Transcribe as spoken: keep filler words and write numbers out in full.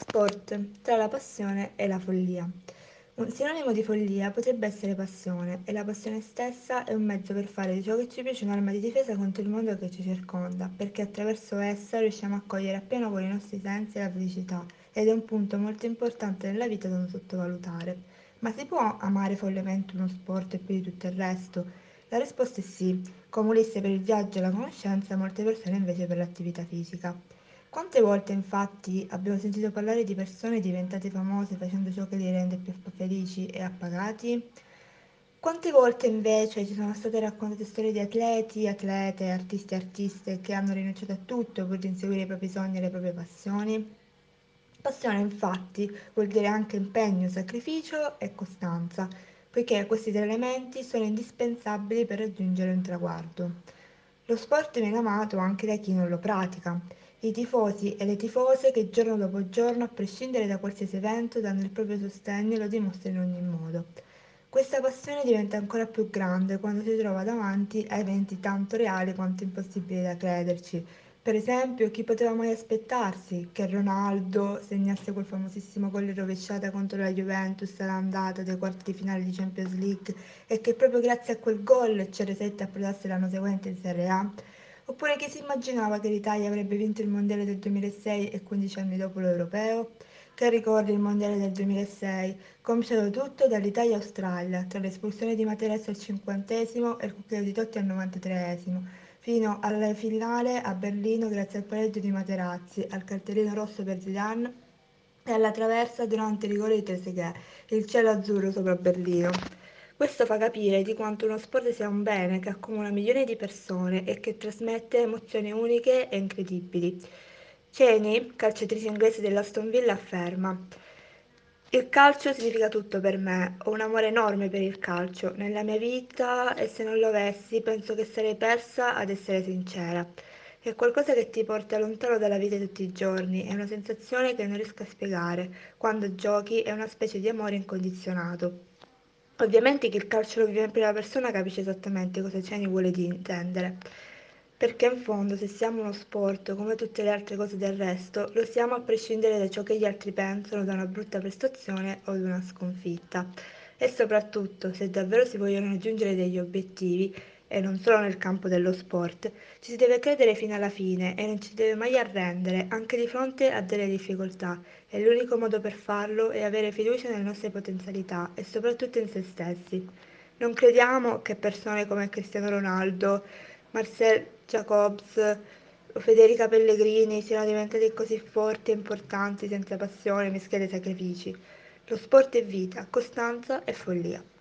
Sport, tra la passione e la follia. Un sinonimo di follia potrebbe essere passione, e la passione stessa è un mezzo per fare di ciò che ci piace un'arma di difesa contro il mondo che ci circonda, perché attraverso essa riusciamo a cogliere appieno con i nostri sensi la felicità, ed è un punto molto importante nella vita da non sottovalutare. Ma si può amare follemente uno sport e più di tutto il resto? La risposta è sì, come Ulisse per il viaggio e la conoscenza, molte persone invece per l'attività fisica. Quante volte infatti abbiamo sentito parlare di persone diventate famose facendo ciò che li rende più felici e appagati? Quante volte invece ci sono state raccontate storie di atleti, atlete, artisti e artiste che hanno rinunciato a tutto pur di inseguire i propri sogni e le proprie passioni? Passione infatti vuol dire anche impegno, sacrificio e costanza, poiché questi tre elementi sono indispensabili per raggiungere un traguardo. Lo sport viene amato anche da chi non lo pratica. I tifosi e le tifose che giorno dopo giorno, a prescindere da qualsiasi evento, danno il proprio sostegno e lo dimostrano in ogni modo. Questa passione diventa ancora più grande quando si trova davanti a eventi tanto reali quanto impossibili da crederci. Per esempio, chi poteva mai aspettarsi che Ronaldo segnasse quel famosissimo gol in rovesciata contro la Juventus all'andata dei quarti di finale di Champions League e che proprio grazie a quel gol C R sette approdasse l'anno seguente in Serie A? Oppure chi si immaginava che l'Italia avrebbe vinto il Mondiale del duemilasei e quindici anni dopo l'Europeo? Che ricordi il Mondiale del duemilasei, cominciato tutto dall'Italia-Australia, tra l'espulsione di Materazzi al cinquantesimo e il cucchiaio di Totti al novantatreesimo, fino alla finale a Berlino grazie al pareggio di Materazzi, al cartellino rosso per Zidane e alla traversa durante il rigore di Trezeguet, il cielo azzurro sopra Berlino. Questo fa capire di quanto uno sport sia un bene che accomuna milioni di persone e che trasmette emozioni uniche e incredibili. Cheney, calciatrice inglese dell'Aston Villa, afferma: il calcio significa tutto per me, ho un amore enorme per il calcio nella mia vita e se non lo avessi penso che sarei persa ad essere sincera. È qualcosa che ti porta lontano dalla vita di tutti i giorni, è una sensazione che non riesco a spiegare. Quando giochi è una specie di amore incondizionato. Ovviamente chi il calcio lo vive in prima persona capisce esattamente cosa Ceni vuole di intendere, perché in fondo se siamo uno sport, come tutte le altre cose del resto, lo siamo a prescindere da ciò che gli altri pensano da una brutta prestazione o da una sconfitta. E soprattutto, se davvero si vogliono raggiungere degli obiettivi, e non solo nel campo dello sport, ci si deve credere fino alla fine e non ci si deve mai arrendere, anche di fronte a delle difficoltà, e l'unico modo per farlo è avere fiducia nelle nostre potenzialità e soprattutto in se stessi. Non crediamo che persone come Cristiano Ronaldo, Marcel Jacobs o Federica Pellegrini siano diventati così forti e importanti senza passione, mischiate ai sacrifici. Lo sport è vita, costanza e follia.